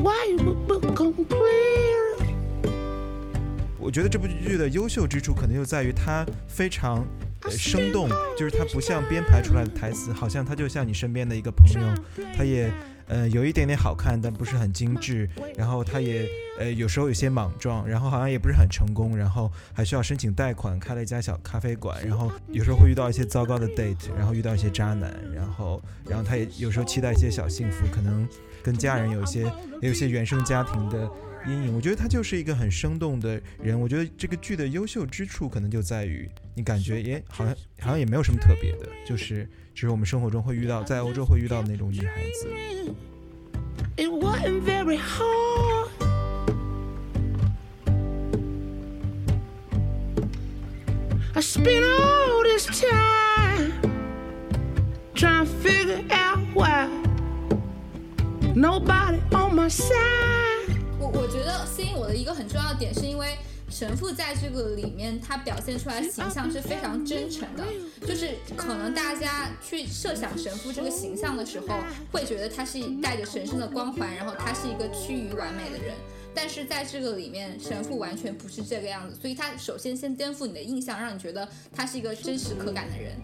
我觉得这部剧的优秀之处可能就在于它非常生动，就是它不像编排出来的台词，好像它就像你身边的一个朋友，它也有一点点好看，但不是很精致，然后它也有时候有些莽撞，然后好像也不是很成功，然后还需要申请贷款，开了一家小咖啡馆，然后有时候会遇到一些糟糕的 date， 然后遇到一些渣男，然后他也有时候期待一些小幸福，可能跟家人有一些原生家庭的阴影。我觉得他就是一个很生动的人。我觉得这个剧的优秀之处可能就在于你感觉好像也没有什么特别的，就是只是我们生活中会遇到，在欧洲会遇到的那种女孩子。It wasn't very hard. I spent all this time trying to figure out why nobody on my side. 我觉得吸引我的一个很重要的点是因为神父在这个里面他表现出来的形象是非常真诚的，就是可能大家去设想神父这个形象的时候会觉得他是带着神圣的光环，然后他是一个趋于完美的人，但是在这个里面神父完全不是这个样子，所以他首先先颠覆你的印象，让你觉得他是一个真实可感的人。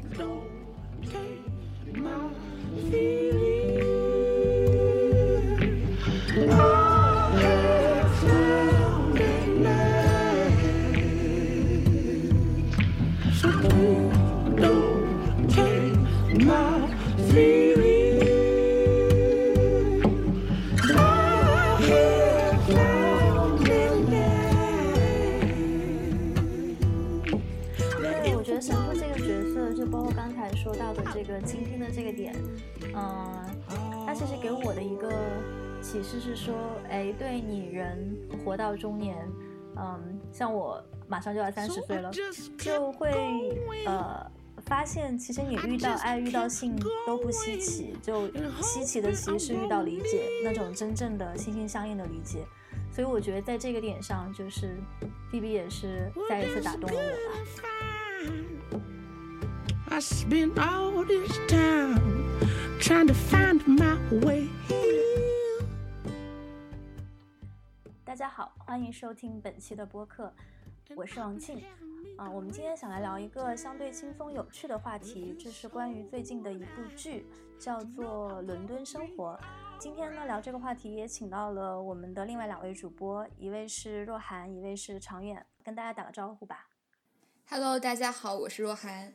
我觉得神父这个角色，就包括刚才说到的这个倾听的这个点，他其实给我的一个启示是说，对你人活到中年，像我马上就要30岁了，就会发现其实你遇到爱遇到性都不稀奇，就稀奇的其实是遇到理解，那种真正的心心相印的理解。所以我觉得在这个点上，就是菲比也是再一次打动了我吧。 I spent all this time trying to find my way. 大家好，欢迎收听本期的播客，我是王庆。我们今天想来聊一个相对轻松有趣的话题，这是关于最近的一部剧，叫做《伦敦生活》。今天呢，聊这个话题也请到了我们的另外2位主播，一位是若涵，一位是长远，跟大家打个招呼吧。 Hello， 大家好，我是若涵。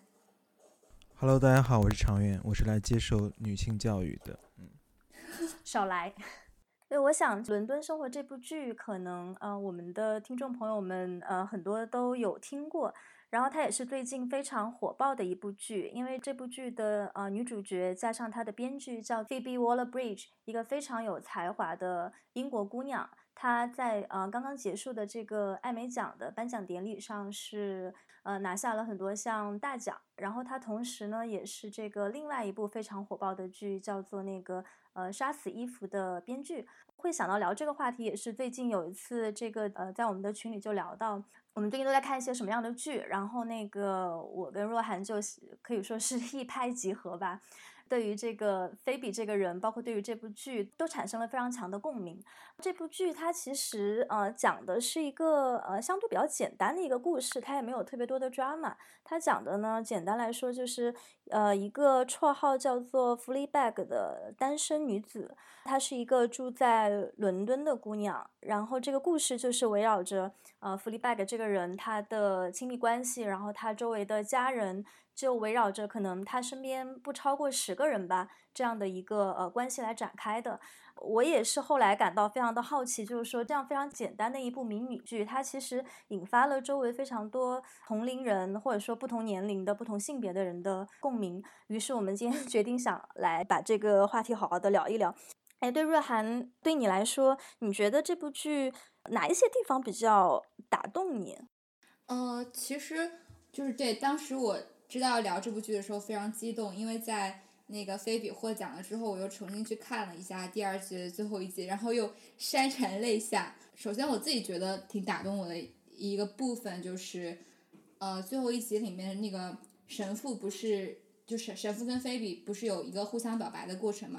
Hello， 大家好，我是长远，我是来接受女性教育的。 少来。对，我想《伦敦生活》这部剧，可能我们的听众朋友们很多都有听过，然后它也是最近非常火爆的一部剧，因为这部剧的女主角加上她的编剧叫 Phoebe Waller-Bridge， 一个非常有才华的英国姑娘。她在刚刚结束的这个艾美奖的颁奖典礼上是拿下了很多项大奖，然后她同时呢也是这个另外一部非常火爆的剧叫做那个杀死伊芙的编剧。会想到聊这个话题也是最近有一次这个在我们的群里就聊到我们最近都在看一些什么样的剧，然后那个我跟若涵就可以说是一拍即合吧，对于这个菲比这个人，包括对于这部剧都产生了非常强的共鸣。这部剧它其实讲的是一个相对比较简单的一个故事，它也没有特别多的 drama。它讲的呢，简单来说就是一个绰号叫做 Fleabag 的单身女子，她是一个住在伦敦的姑娘，然后这个故事就是围绕着Fleabag 这个人她的亲密关系，然后她周围的家人就围绕着可能她身边不超过10个人吧这样的一个关系来展开的。我也是后来感到非常的好奇，就是说这样非常简单的一部迷你剧，它其实引发了周围非常多同龄人或者说不同年龄的不同性别的人的共鸣，于是我们今天决定想来把这个话题好好的聊一聊。对若涵，对你来说你觉得这部剧哪一些地方比较打动你？ 其实就是对，当时我知道聊这部剧的时候非常激动，因为在那个菲比获奖了之后，我又重新去看了一下第2季的最后一集，然后又潸然泪下。首先我自己觉得挺打动我的一个部分就是最后一集里面那个神父不是就是神父跟菲比不是有一个互相表白的过程嘛，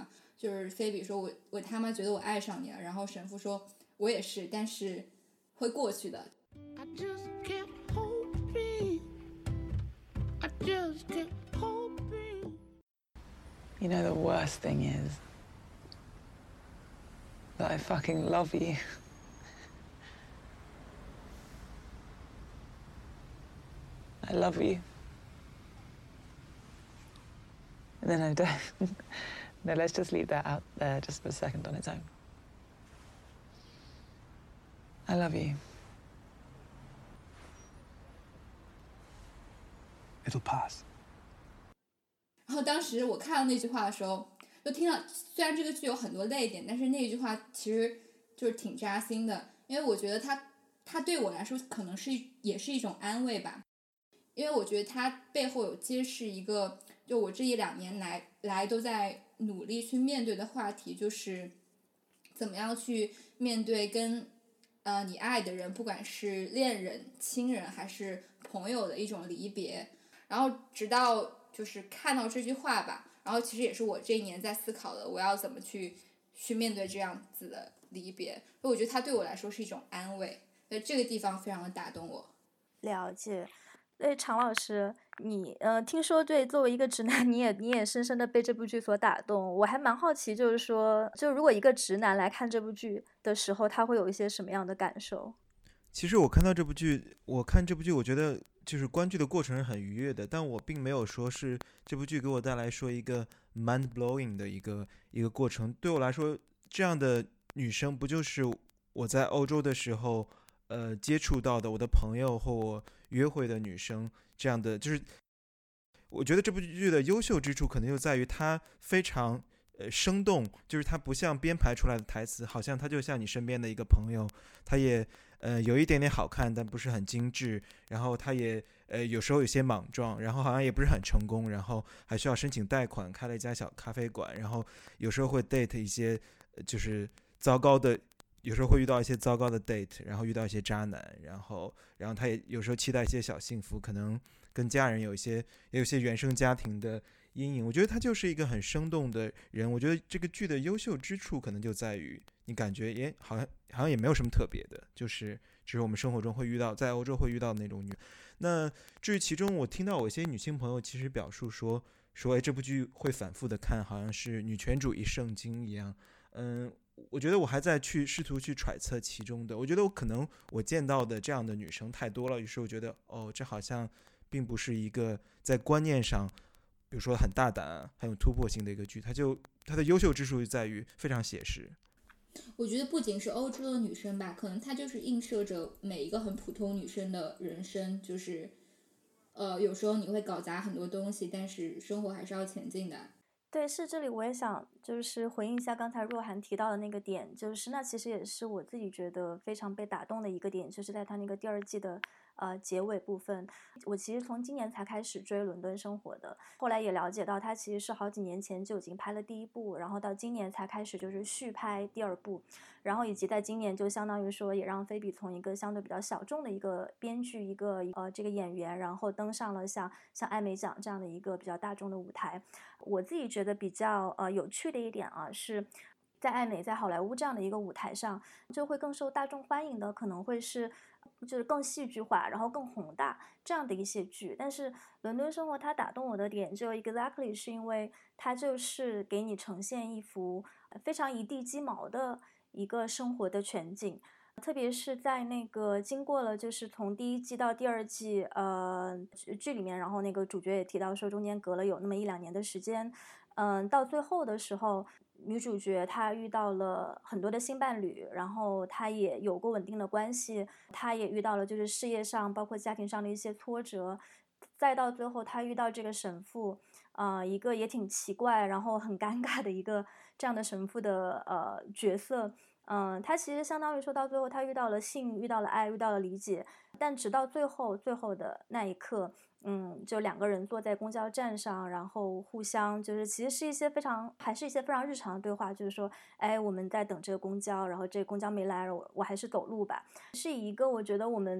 就是菲比说我他妈觉得我爱上你了，然后神父说我也是，但是会过去的。 I just kept hoping. I just kept hoping. You know, the worst thing is that I fucking love you. I love you. And then I don't. No, let's just leave that out there just for a second on its own. I love you. It'll pass. 然后当时我看到那句话的时候，就听到，虽然这个剧有很多泪点，但是那句话其实就是挺扎心的，因为我觉得它对我来说可能也是一种安慰吧，因为我觉得它背后有揭示一个，就我这1-2年来都在努力去面对的话题，就是怎么样去面对跟你爱的人，不管是恋人、亲人还是朋友的一种离别。然后直到就是看到这句话吧，然后其实也是我这1年在思考的，我要怎么去面对这样子的离别。我觉得它对我来说是一种安慰，所以这个地方非常的打动我。 了解。对，常老师，你听说对，作为一个直男，你也深深的被这部剧所打动。我还蛮好奇，就是说，就如果一个直男来看这部剧的时候，他会有一些什么样的感受？ 其实我看这部剧，我觉得就是观剧的过程是很愉悦的，但我并没有说是这部剧给我带来说一个 mind blowing 的一个过程。对我来说，这样的女生不就是我在欧洲的时候接触到的我的朋友或我约会的女生，这样的，就是我觉得这部剧的优秀之处可能就在于它非常生动，就是它不像编排出来的台词，好像它就像你身边的一个朋友，它也有一点点好看，但不是很精致，然后它也有时候有些莽撞，然后好像也不是很成功，然后还需要申请贷款，开了一家小咖啡馆，然后有时候会 date 一些就是糟糕的，有时候会遇到一些糟糕的 date， 然后遇到一些渣男，然后他也有时候期待一些小幸福，可能跟家人也有一些原生家庭的阴影。我觉得他就是一个很生动的人。我觉得这个剧的优秀之处可能就在于你感觉好像也没有什么特别的，就是只是我们生活中会遇到，在欧洲会遇到的那种女。那至于其中我听到我一些女性朋友其实表述说这部剧会反复的看，好像是女权主义圣经一样。我觉得我还在试图去揣测其中的。我觉得可能我见到的这样的女生太多了，于是我觉得这好像并不是一个在观念上比如说很大胆很有突破性的一个剧。它的优秀之处就在于非常写实。 我觉得不仅是欧洲的女生吧，可能它就是映射着每一个很普通女生的人生，就是有时候你会搞砸很多东西，但是生活还是要前进的。 对，是这里我也想就是回应一下刚才若涵提到的那个点，就是那其实也是我自己觉得非常被打动的一个点，就是在他那个第2季的结尾部分。我其实从今年才开始追《伦敦生活》的，后来也了解到他其实是好几年前就已经拍了第1部，然后到今年才开始就是续拍第2部，然后以及在今年就相当于说也让菲比从一个相对比较小众的一个编剧一个这个演员，然后登上了像艾美奖这样的一个比较大众的舞台。我自己觉得比较有趣的一点是在艾美在好莱坞这样的一个舞台上，就会更受大众欢迎的可能会是就是更戏剧化然后更宏大这样的一些剧。但是伦敦生活它打动我的点就 exactly 是因为它就是给你呈现一幅非常一地鸡毛的一个生活的全景，特别是在那个经过了就是从第1季到第2季剧里面，然后那个主角也提到说中间隔了有那么1-2年的时间，到最后的时候女主角她遇到了很多的新伴侣，然后她也有过稳定的关系，她也遇到了就是事业上包括家庭上的一些挫折，再到最后她遇到这个神父一个也挺奇怪然后很尴尬的一个这样的神父的角色。他其实相当于说到最后他遇到了性遇到了爱遇到了理解，但直到最后的那一刻就2个人坐在公交站上，然后互相就是其实是还是一些非常日常的对话，就是说我们在等这个公交，然后这个公交没来，我还是走路吧，是一个我觉得我们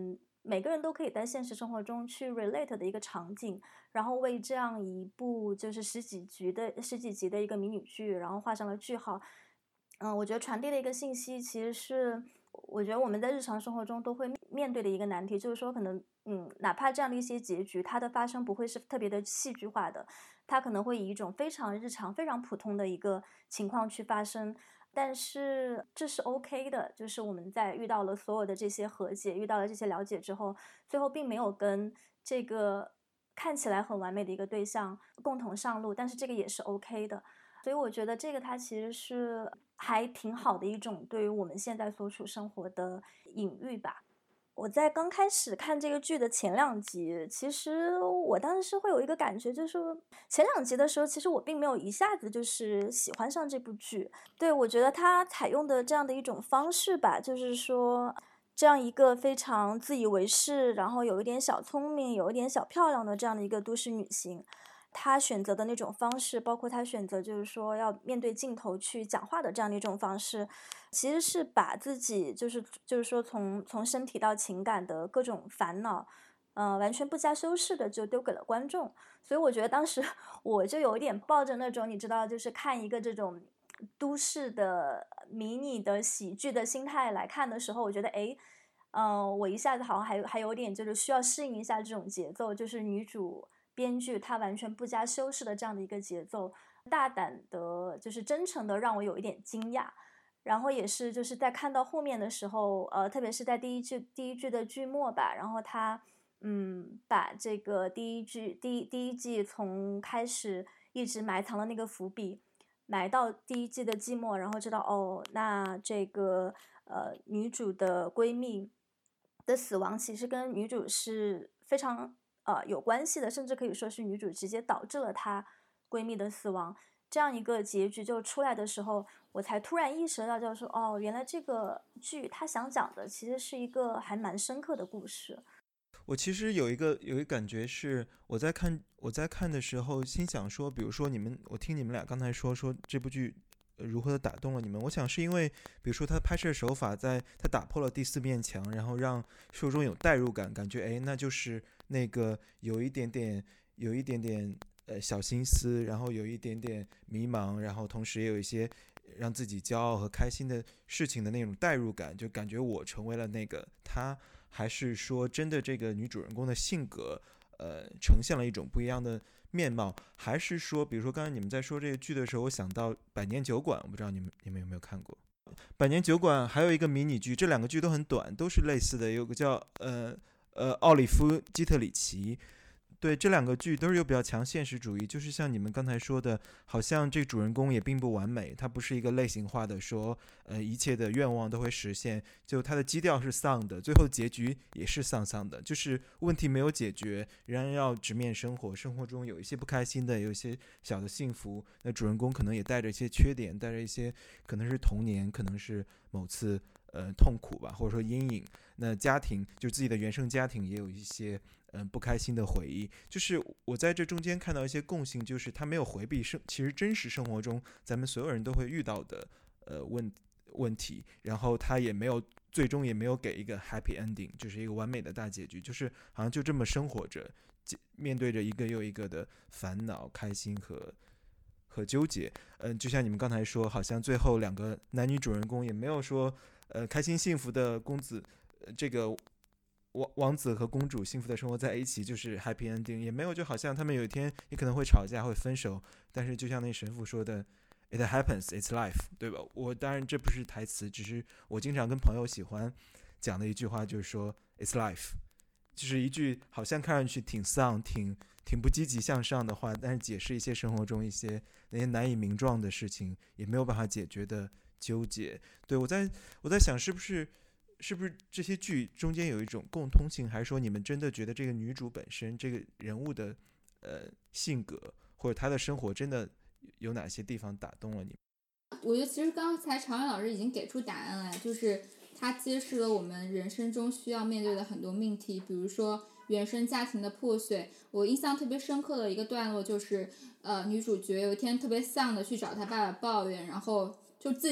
每个人都可以在现实生活中去 relate 的一个场景，然后为这样一部就是十几集的一个迷你剧，然后画上了句号。我觉得传递的一个信息，其实是我觉得我们在日常生活中都会面对的一个难题，就是说可能哪怕这样的一些结局，它的发生不会是特别的戏剧化的，它可能会以一种非常日常、非常普通的一个情况去发生。但是这是 OK 的，就是我们在遇到了所有的这些和解，遇到了这些了解之后，最后并没有跟这个看起来很完美的一个对象共同上路，但是这个也是 OK 的。所以我觉得这个它其实是还挺好的一种对于我们现在所处生活的隐喻吧。我在刚开始看这个剧的前2集，其实我当时是会有一个感觉，就是前2集的时候，其实我并没有一下子就是喜欢上这部剧。对，我觉得它采用的这样的一种方式吧，就是说这样一个非常自以为是，然后有一点小聪明，有一点小漂亮的这样的一个都市女性，她选择的那种方式，包括她选择就是说要面对镜头去讲话的这样的一种方式，其实是把自己就是说从身体到情感的各种烦恼，完全不加修饰的就丢给了观众。所以我觉得当时我就有一点抱着那种你知道，就是看一个这种都市的迷你的喜剧的心态来看的时候，我觉得我一下子好像还有点就是需要适应一下这种节奏，就是女主编剧她完全不加修饰的这样的一个节奏，大胆的就是真诚的让我有一点惊讶。然后也是就是在看到后面的时候，特别是在第一句的剧末吧，然后他把这个第一季从开始一直埋藏的那个伏笔埋到第一季的季末，然后知道那这个女主的闺蜜的死亡其实跟女主是非常有关系的，甚至可以说是女主直接导致了她闺蜜的死亡。这样一个结局就出来的时候，我才突然意识到，就是说原来这个剧他想讲的其实是一个还蛮深刻的故事。 我其实有一个感觉是，我在看的时候心想说，比如说我听你们俩刚才说这部剧如何的打动了你们，我想是因为比如说他拍摄手法他打破了第4面墙，然后让受众有代入感，感觉那就是那个有一点点小心思，然后有一点点迷茫，然后同时也有一些让自己骄傲和开心的事情的那种代入感，就感觉我成为了那个他，还是说真的这个女主人公的性格呈现了一种不一样的面貌，还是说比如说刚才你们在说这个剧的时候，我想到百年酒馆，我不知道你们有没有看过百年酒馆，还有一个迷你剧，这2个剧都很短，都是类似的，有个叫奥利夫基特里奇。对，这2个剧都是有比较强现实主义，就是像你们刚才说的，好像这个主人公也并不完美，他不是一个类型化的说一切的愿望都会实现，就他的基调是丧的，最后结局也是丧丧的，就是问题没有解决，仍然要直面生活，生活中有一些不开心的，有一些小的幸福，那主人公可能也带着一些缺点，带着一些可能是童年，可能是某次痛苦吧，或者说阴影，那家庭就自己的原生家庭也有一些不开心的回忆，就是我在这中间看到一些共性，就是他没有回避其实真实生活中咱们所有人都会遇到的问题，然后他也没有最终也没有给一个 happy ending， 就是一个完美的大结局，就是好像就这么生活着，面对着一个又一个的烦恼、开心和纠结。就像你们刚才说，好像最后2个男女主人公也没有说开心幸福的公子这个王子和公主幸福的生活在一起就是 happy ending， 也没有就好像他们有一天也可能会吵架会分手，但是就像那神父说的 it happens it's life， 对吧？我当然这不是台词，只是我经常跟朋友喜欢讲的一句话，就是说 it's life， 就是一句好像看上去挺丧挺不积极向上的话，但是解释一些生活中一些那些难以名状的事情也没有办法解决的纠结。对，我在想是不是这些剧中间有一种共通性，还是说你们真的觉得这个女主本身这个人物的性格或者她的生活真的有哪些地方打动了你？ 我觉得其实刚才常远老师已经给出答案了，就是他揭示了我们人生中需要面对的很多命题，比如说原生家庭的破碎。我印象特别深刻的一个段落就是女主角有一天特别丧的去找她爸爸抱怨，然后就自己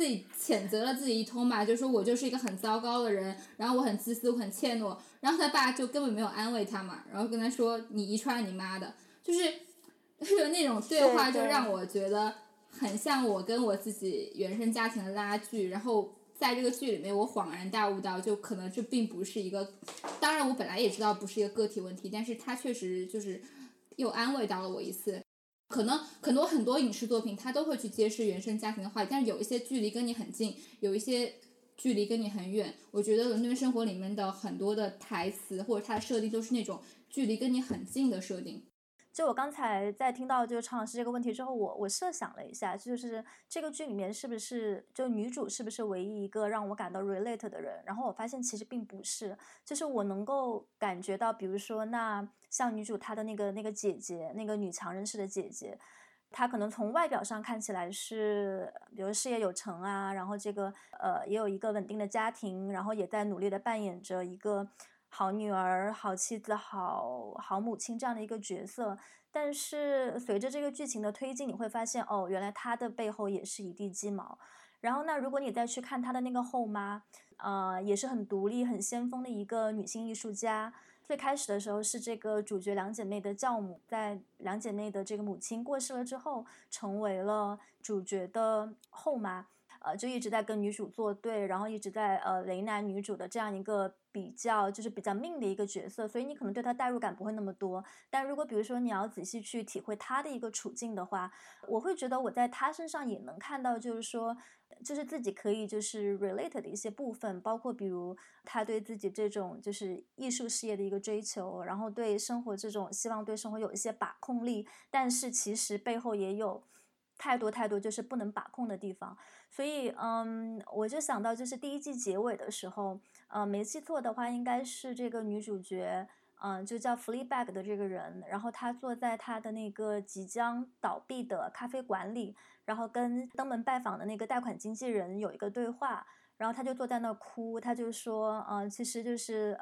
自己谴责了自己一通嘛，就说我就是一个很糟糕的人，然后我很自私，我很怯懦，然后他爸就根本没有安慰他嘛，然后跟他说你遗传你妈的，就是那种对话就让我觉得很像我跟我自己原生家庭的拉锯，然后在这个剧里面我恍然大悟到，就可能这并不是一个，当然我本来也知道不是一个个体问题，但是它确实就是又安慰到了我一次。可能很多影视作品它都会去揭示原生家庭的话题，但是有一些距离跟你很近，有一些距离跟你很远。我觉得伦敦生活里面的很多的台词或者它的设定都是那种距离跟你很近的设定。 就我刚才在听到就是常老师这个问题之后，我设想了一下，就是这个剧里面是不是就女主是不是唯一一个让我感到 relate 的人，然后我发现其实并不是，就是我能够感觉到，比如说那像女主她的那个姐姐，那个女强人式的姐姐，她可能从外表上看起来是比如事业有成啊，然后这个也有一个稳定的家庭，然后也在努力的扮演着一个好女儿、好妻子、好母亲这样的一个角色，但是随着这个剧情的推进，你会发现哦，原来她的背后也是一地鸡毛。然后那如果你再去看她的那个后妈，也是很独立、很先锋的一个女性艺术家。最开始的时候是这个主角两姐妹的教母，在两姐妹的这个母亲过世了之后，成为了主角的后妈。就一直在跟女主作对，然后一直在为难女主的这样一个比较命的一个角色，所以你可能对她代入感不会那么多。但如果比如说你要仔细去体会她的一个处境的话，我会觉得我在她身上也能看到，就是说就是自己可以就是 relate 的一些部分，包括比如她对自己这种就是艺术事业的一个追求，然后对生活这种希望对生活有一些把控力，但是其实背后也有太多就是不能把控的地方。所以我就想到就是第一季结尾的时候，没记错的话应该是这个女主角就叫 Fleabag 的这个人，然后她坐在她的那个即将倒闭的咖啡馆里，然后跟登门拜访的那个贷款经纪人有一个对话，然后她就坐在那哭，她就说其实就是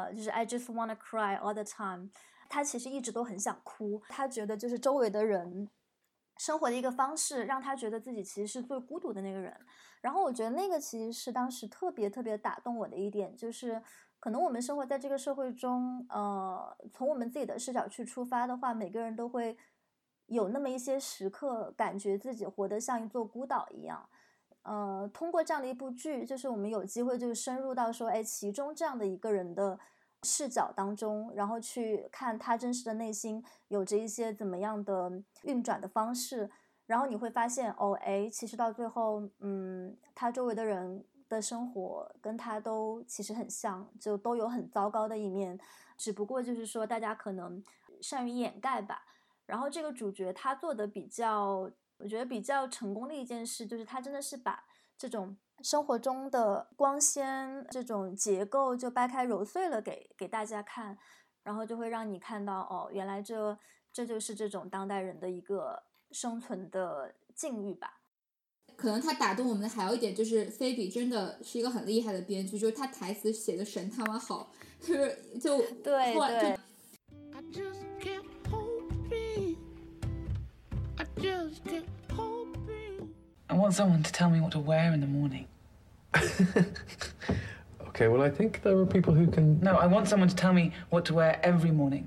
I just wanna cry all the time。她其实一直都很想哭，她觉得就是周围的人生活的一个方式让他觉得自己其实是最孤独的那个人。然后我觉得那个其实是当时特别打动我的一点，就是可能我们生活在这个社会中，从我们自己的视角去出发的话，每个人都会有那么一些时刻感觉自己活得像一座孤岛一样。通过这样的一部剧，就是我们有机会就深入到说，哎，其中这样的一个人的视角当中，然后去看他真实的内心有着一些怎么样的运转的方式，然后你会发现其实到最后他周围的人的生活跟他都其实很像，就都有很糟糕的一面，只不过就是说大家可能善于掩盖吧。然后这个主角他做的我觉得比较成功的一件事，就是他真的是把这种生活中的光鲜这种结构就掰开揉碎了给大家看，然后就会让你看到原来这就是这种当代人的一个生存的境遇吧。 可能他打动我们的还有一点就是菲比真的是一一个很厉害的编剧，就是他台词写的神他妈好，就对对。 I just kept hoping. I just kept hoping. I want someone to tell me what to wear in the morning. Okay, well, I think there are people who can... No, I want someone to tell me what to wear every morning.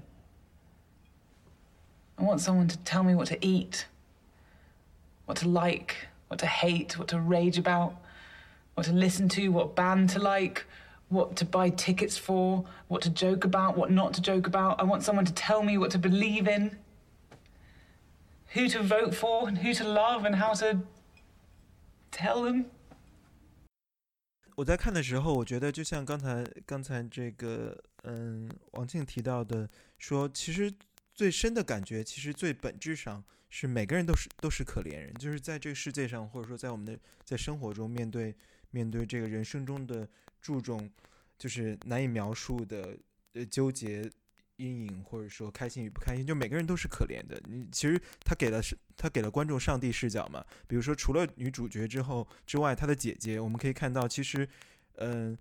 I want someone to tell me what to eat, what to like, what to hate, what to rage about, what to listen to, what band to like, what to buy tickets for, what to joke about, what not to joke about. I want someone to tell me what to believe in, who to vote for, and who to love, and how to tell them. 我在看的时候，我觉得就像刚才这个王庆提到的，说其实最深的感觉，其实最本质上是每个人都是可怜人，就是在这个世界上，或者说在我们的在生活中面对这个人生中的诸种就是难以描述的纠结阴影，或者说开心与不开心，就每个人都是可怜的。其实他给了观众上帝视角嘛，比如说除了女主角之外，他的姐姐，我们可以看到其实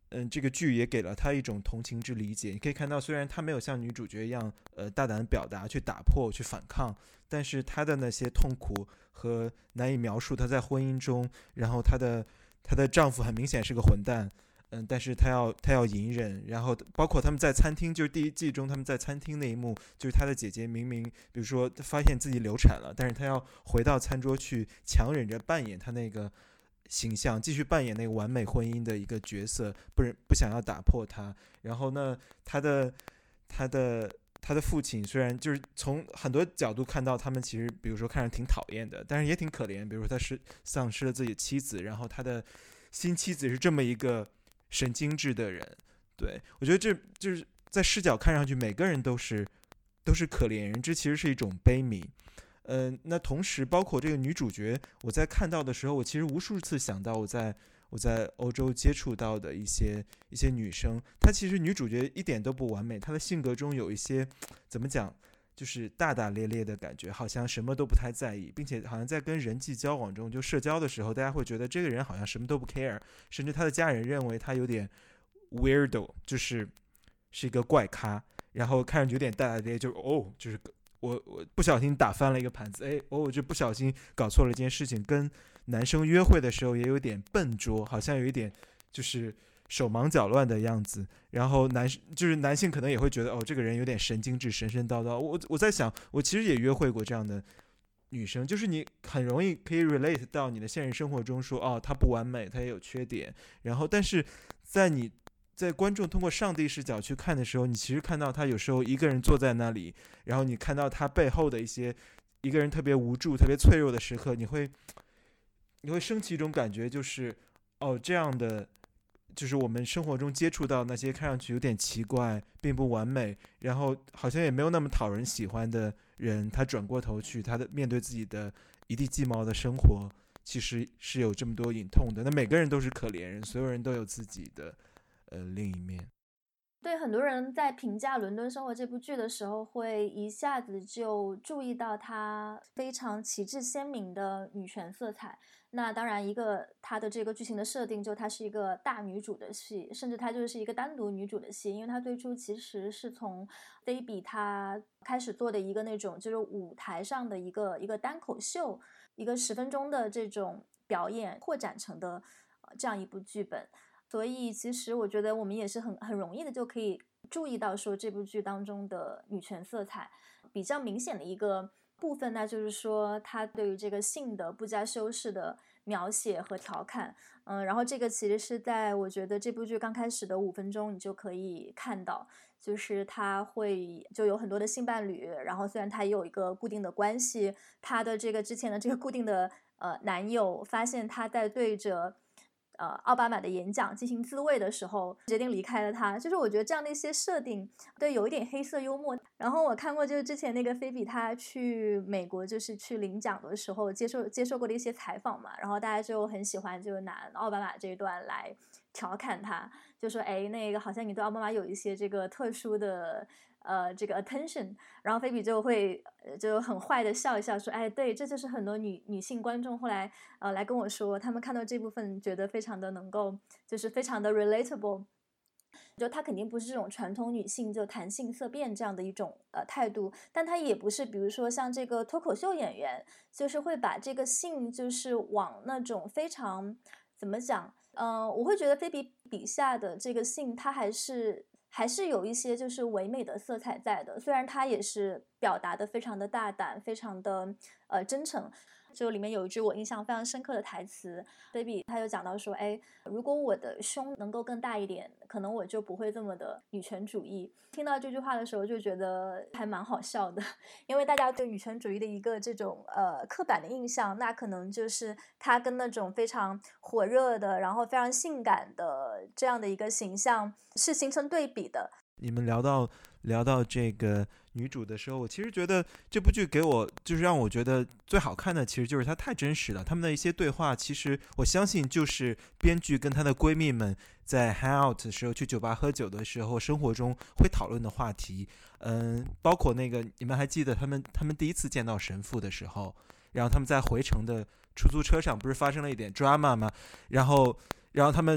这个剧也给了他一种同情之理解。你可以看到，虽然他没有像女主角一样，大胆表达、去打破、去反抗，但是他的那些痛苦和难以描述，他在婚姻中，然后她的丈夫很明显是个混蛋，但是她要隐忍，然后包括他们在餐厅，就是第一季中他们在餐厅那一幕，就是她的姐姐明明比如说发现自己流产了，但是她要回到餐桌去强忍着扮演她那个形象，继续扮演那个完美婚姻的一个角色，不想要打破它。然后呢，她的父亲虽然就是从很多角度看到他们其实比如说看着挺讨厌的，但是也挺可怜，比如说他是丧失了自己的妻子，然后他的新妻子是这么一个神经质的人。对，我觉得这就是在视角看上去每个人都是可怜人，这其实是一种悲悯。那同时包括这个女主角，我在看到的时候，我其实无数次想到我在欧洲接触到的一些女生，她其实女主角一点都不完美，她的性格中有一些怎么讲，就是大大咧咧的感觉，好像什么都不太在意，并且好像在跟人际交往中，就社交的时候，大家会觉得这个人好像什么都不 care， 甚至她的家人认为她有点 weirdo， 是一个怪咖，然后看上去有点大大咧咧，就是我不小心打翻了一个盘子，我就不小心搞错了一件事情，跟男生约会的时候也有点笨拙，好像有一点就是手忙脚乱的样子，然后男性可能也会觉得这个人有点神经质，神神叨叨。我在想，我其实也约会过这样的女生，就是你很容易可以 relate 到你的现实生活中说，她不完美，她也有缺点，然后但是在观众通过上帝视角去看的时候，你其实看到他有时候一个人坐在那里，然后你看到他背后的一个人特别无助、特别脆弱的时刻，你会升起一种感觉，就是这样的，就是我们生活中接触到那些看上去有点奇怪、并不完美，然后好像也没有那么讨人喜欢的人，他转过头去，面对自己的一地鸡毛的生活，其实是有这么多隐痛的。那每个人都是可怜人，所有人都有自己的另一面。 对，很多人在评价《伦敦生活》这部剧的时候，会一下子就注意到它非常旗帜鲜明的女权色彩。那当然，它的这个剧情的设定，就它是一个大女主的戏，甚至它就是一个单独女主的戏，因为它最初其实是从菲比她开始做的一个那种就是舞台上的一个单口秀，一个10分钟的这种表演扩展成的这样一部剧本。所以其实我觉得我们也是很容易的就可以注意到说这部剧当中的女权色彩比较明显的一个部分，那就是说它对于这个性的不加修饰的描写和调侃。然后这个其实是在我觉得这部剧刚开始的5分钟你就可以看到，就是他会就有很多的性伴侣，然后虽然他也有一个固定的关系，他的这个之前的这个固定的男友发现他在对着奥巴马的演讲进行自慰的时候决定离开了他，就是我觉得这样的一些设定对有一点黑色幽默。然后我看过就是之前那个菲比她去美国就是去领奖的时候接受过的一些采访嘛，然后大家就很喜欢就拿奥巴马这一段来调侃他，就说那个好像你对奥巴马有一些这个特殊的这个 attention， 然后菲比就会就很坏的笑一笑说对，这就是很多女性观众后来来跟我说他们看到这部分觉得非常的能够就是非常的 relatable， 就她肯定不是这种传统女性就谈性色变这样的一种态度，但她也不是比如说像这个脱口秀演员就是会把这个性就是往那种非常怎么讲我会觉得菲比笔下的这个性它还是有一些就是唯美的色彩在的，虽然它也是表达的非常的大胆，非常的真诚。就里面有一句我印象非常深刻的台词，菲比他就讲到说如果我的胸能够更大一点，可能我就不会这么的女权主义。听到这句话的时候就觉得还蛮好笑的，因为大家对女权主义的一个这种刻板的印象，那可能就是它跟那种非常火热的然后非常性感的这样的一个形象是形成对比的。 你们聊到这个女主的时候，我其实觉得这部剧给我就是让我觉得最好看的其实就是它太真实了，他们的一些对话其实我相信就是编剧跟她的闺蜜们在 hang out 的时候去酒吧喝酒的时候生活中会讨论的话题。包括那个你们还记得他们第一次见到神父的时候，然后他们在回程的出租车上不是发生了一点 drama 吗？然后他们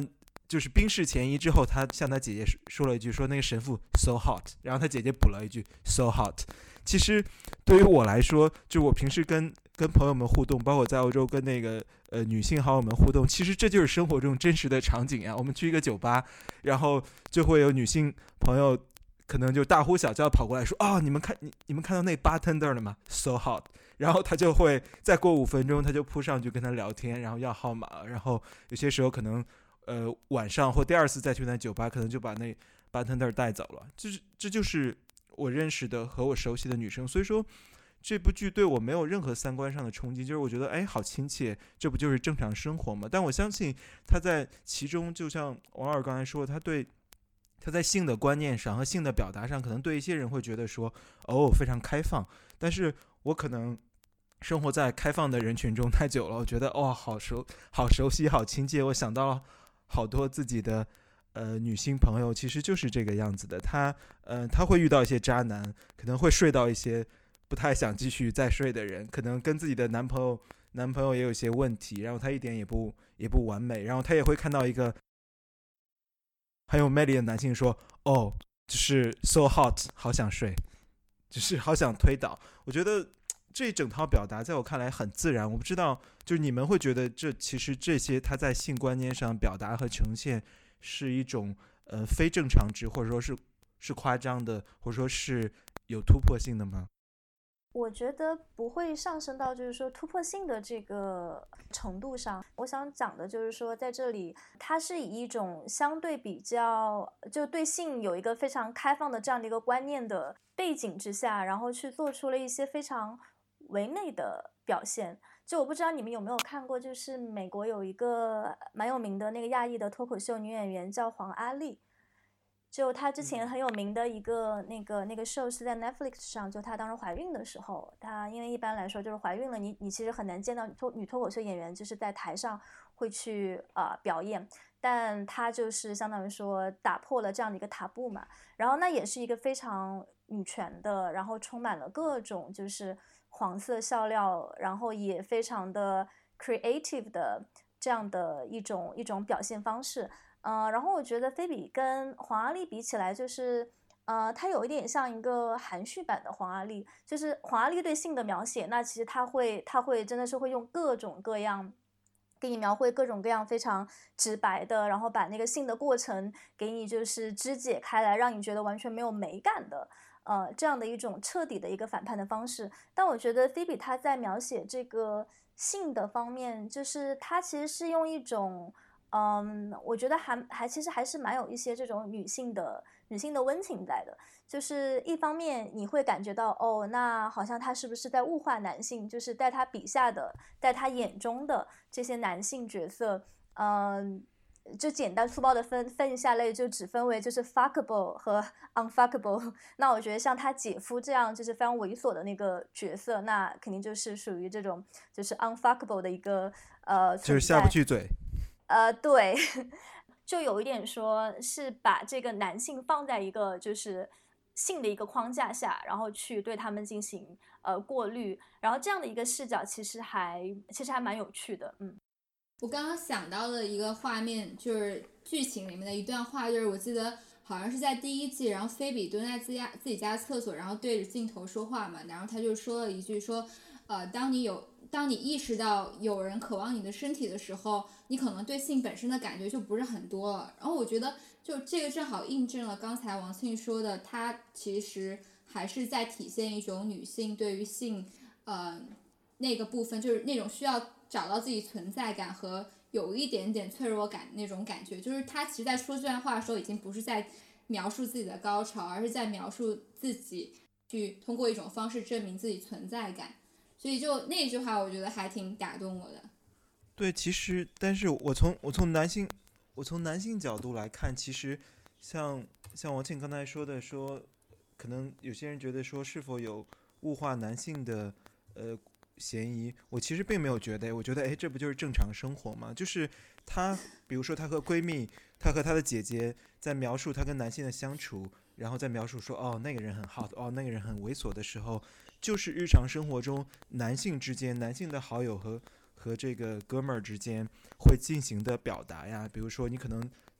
就是冰释前嫌之后，他向他姐姐说了一句，说那个神父 so hot， 然后他姐姐补了一句 so hot。其实对于我来说，就我平时跟朋友们互动，包括在欧洲跟那个女性好友们互动，其实这就是生活中真实的场景呀。我们去一个酒吧，然后就会有女性朋友可能就大呼小叫跑过来说，哦，你们看到那 bartender 了吗 so hot。然后他就会再过5分钟，他就扑上去跟他聊天，然后要号码，然后有些时候可能晚上或第二次再去那酒吧，可能就把那 bartender 带走了。这就是我认识的和我熟悉的女生，所以说这部剧对我没有任何三观上的冲击，就是我觉得哎，好亲切，这不就是正常生活吗？但我相信他在其中，就像王老师刚才说，他在性的观念上和性的表达上，可能对一些人会觉得说非常开放，但是我可能生活在开放的人群中太久了，我觉得好熟悉，好亲切。我想到了好多自己的女性朋友，其实就是这个样子的。她会遇到一些渣男，可能会睡到一些不太想继续再睡的人，可能跟自己的男朋友也有一些问题，然后她一点也不完美，然后她也会看到一个很有魅力的男性说，就是 so hot， 好想睡，就是好想推倒。我觉得这一整套表达在我看来很自然，我不知道就是你们会觉得其实这些他在性观念上表达和呈现是一种非正常值，或者说是夸张的，或者说是有突破性的吗？ 我觉得不会上升到就是说突破性的这个程度上。我想讲的就是说，在这里它是以一种相对比较就对性有一个非常开放的这样的一个观念的背景之下，然后去做出了一些非常唯美的表现。就我不知道你们有没有看过，就是美国有一个蛮有名的那个亚裔的脱口秀女演员叫黄阿丽。就她之前很有名的一个那个 show 是在 Netflix 上，就她当时怀孕的时候，她因为一般来说就是怀孕了，你其实很难见到女脱口秀演员就是在台上会去表演，但她就是相当于说打破了这样的一个塔布嘛。然后那也是一个非常女权的，然后充满了各种就是黄色笑料，然后也非常的 creative 的这样的一种表现方式。然后我觉得菲比跟黄阿丽比起来，就是她有一点像一个含蓄版的黄阿丽。就是黄阿丽对性的描写，那其实她会真的是会用各种各样给你描绘各种各样非常直白的，然后把那个性的过程给你就是肢解开来，让你觉得完全没有美感的这样的一种彻底的一个反叛的方式。但我觉得菲比她在描写这个性的方面，就是她其实是用一种我觉得其实还是蛮有一些这种女性的温情在的。就是一方面你会感觉到那好像他是不是在物化男性，就是在他笔下的，在他眼中的这些男性角色，就简单粗暴的分下类，就只分为就是 fuckable 和 unfuckable。那我觉得像他姐夫这样就是非常猥琐的那个角色，那肯定就是属于这种就是 unfuckable 的一个就是下不去嘴。 对，就有一点说是把这个男性放在一个就是性的一个框架下，然后去对他们进行过滤，然后这样的一个视角其实还蛮有趣的。 我刚刚想到的一个画面，就是剧情里面的一段话，就是我记得好像是在第1季，然后菲比蹲在自己家厕所，然后对着镜头说话嘛，然后他就说了一句说当你意识到有人渴望你的身体的时候，你可能对性本身的感觉就不是很多了。然后我觉得就这个正好印证了刚才王庆说的，它其实还是在体现一种女性对于性那个部分，就是那种需要找到自己存在感和有一点点脆弱感那种感觉。就是她其实在说这段话的时候，已经不是在描述自己的高潮，而是在描述自己去通过一种方式证明自己存在感。所以就那句话我觉得还挺打动我的。 对，其实但是我从男性角度来看，其实像王庆刚才说的，说可能有些人觉得说是否有物化男性的嫌疑，我其实并没有觉得。我觉得这不就是正常生活吗？就是她比如说她和闺蜜，她和她的姐姐在描述她跟男性的相处，然后在描述说那个人很 hot， 那个人很猥琐的时候，就是日常生活中男性之间，男性的好友和这个哥们儿之间会进行的表达呀。比如说你可能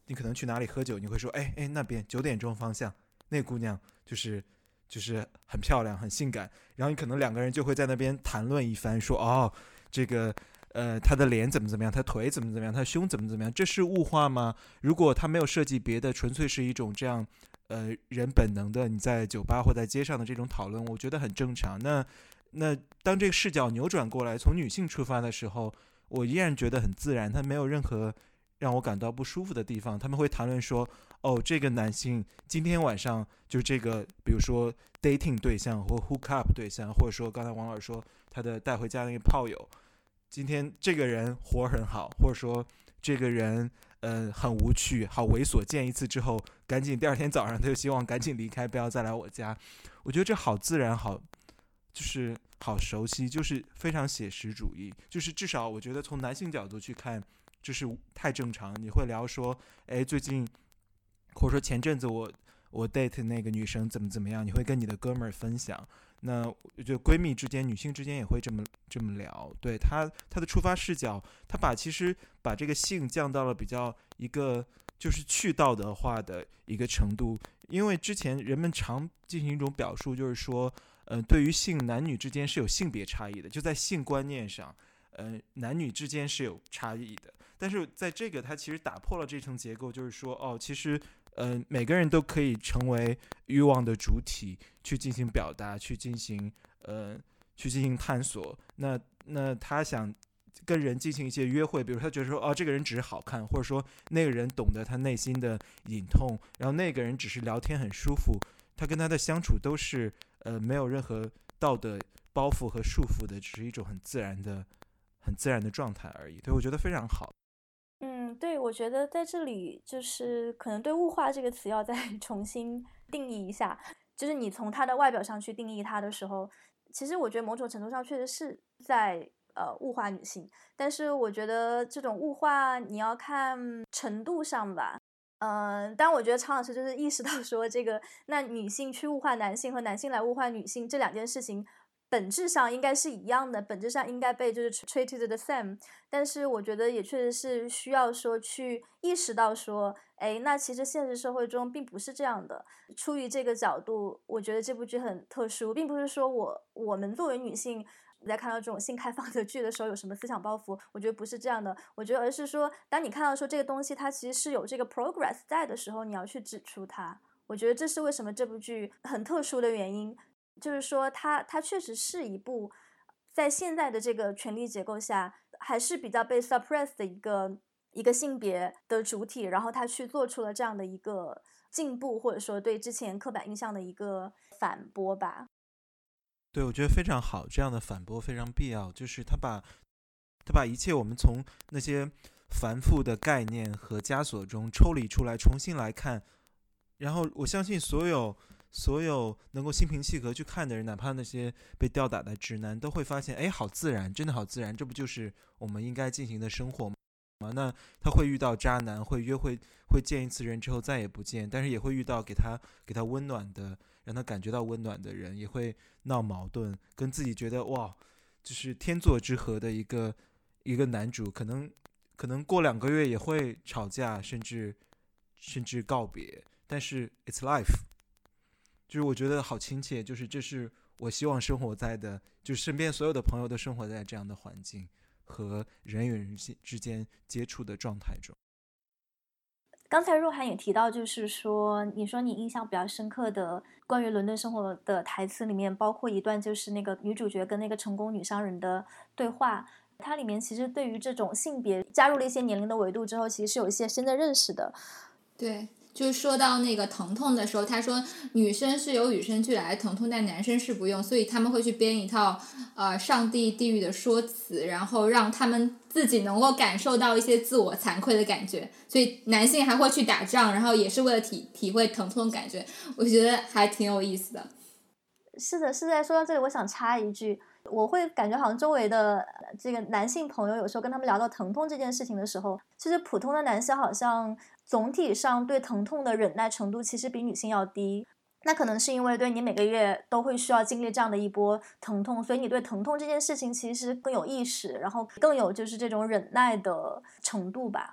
你可能去哪里喝酒，你会说哎那边9点钟方向那姑娘就是很漂亮很性感，然后你可能2个人就会在那边谈论一番，说哦这个他的脸怎么样，他腿怎么样，他胸怎么样，这是物化吗？如果他没有涉及别的，纯粹是一种这样人本能的你在酒吧或在街上的这种讨论，我觉得很正常。那当这个视角扭转过来，从女性出发的时候，我依然觉得很自然，他没有任何让我感到不舒服的地方。他们会谈论说哦这个男性今天晚上就这个比如说 dating 对象或 hook up 对象，或者说刚才王老师说他的带回家那个炮友，今天这个人活很好，或者说这个人很无趣好猥琐，见一次之后赶紧第2天早上他就希望赶紧离开，不要再来我家。我觉得这好自然，好就是好熟悉，就是非常写实主义，就是至少我觉得从男性角度去看这是太正常。你会聊说哎最近或者说前阵子我 date 那个女生怎么样，你会跟你的哥们儿分享。那我觉得闺蜜之间女性之间也会这么聊。对，她的出发视角，她其实把这个性降到了比较一个就是去道德化的一个程度。因为之前人们常进行一种表述，就是说对于性男女之间是有性别差异的，就在性观念上男女之间是有差异的。但是在这个它其实打破了这层结构，就是说哦其实每个人都可以成为欲望的主体，去进行表达，去进行探索。那他想跟人进行一些约会，比如他觉得说哦这个人只是好看，或者说那个人懂得他内心的隐痛，然后那个人只是聊天很舒服，他跟他的相处都是没有任何道德包袱和束缚的，只是一种很自然的状态而已。对，我觉得非常好。 对，我觉得在这里就是可能对物化这个词要再重新定义一下，就是你从它的外表上去定义它的时候，其实我觉得某种程度上确实是在物化女性，但是我觉得这种物化你要看程度上吧。但我觉得常老师就是意识到说那女性去物化男性和男性来物化女性这2件事情本质上应该是一样的，本质上应该被就是 treated the same。 但是我觉得也确实是需要说去意识到说那其实现实社会中并不是这样的。出于这个角度，我觉得这部剧很特殊，并不是说我们作为女性在看到这种性开放的剧的时候有什么思想包袱，我觉得不是这样的。我觉得而是说当你看到说这个东西它其实是有这个 progress 在的时候，你要去指出它。我觉得这是为什么这部剧很特殊的原因，就是说它确实是一部在现在的这个权力结构下还是比较被 suppressed 的一个性别的主体，然后他去做出了这样的一个进步，或者说对之前刻板印象的一个反驳吧。 对，我觉得非常好，这样的反驳非常必要，就是他把一切我们从那些繁复的概念和枷锁中抽离出来，重新来看。然后我相信所有能够心平气和去看的人，哪怕那些被吊打的直男，都会发现好自然，真的好自然，这不就是我们应该进行的生活吗？那他会遇到渣男，会约会，会见一次人之后再也不见，但是也会遇到给他温暖的，让他感觉到温暖的人，也会闹矛盾，跟自己觉得哇就是天作之合的一个男主，可能过2个月也会吵架，甚至告别，但是 it's life。 就是我觉得好亲切，就是这是我希望生活在的，就是身边所有的朋友都生活在这样的环境和人与人之间接触的状态中。 刚才若涵也提到，就是说你说你印象比较深刻的关于伦敦生活的台词里面，包括一段就是那个女主角跟那个成功女商人的对话，它里面其实对于这种性别加入了一些年龄的维度之后，其实是有一些新的认识的。 对，就是说到那个疼痛的时候，他说女生是由与生俱来的疼痛，但男生是不用，所以他们会去编一套上帝地狱的说辞，然后让他们自己能够感受到一些自我惭愧的感觉，所以男性还会去打仗，然后也是为了体会疼痛的感觉，我觉得还挺有意思的。 是的，是在说到这里我想插一句，我会感觉好像周围的这个男性朋友有时候跟他们聊到疼痛这件事情的时候，其实普通的男性好像总体上对疼痛的忍耐程度其实比女性要低。那可能是因为对你每个月都会需要经历这样的一波疼痛，所以你对疼痛这件事情其实更有意识，然后更有就是这种忍耐的程度吧。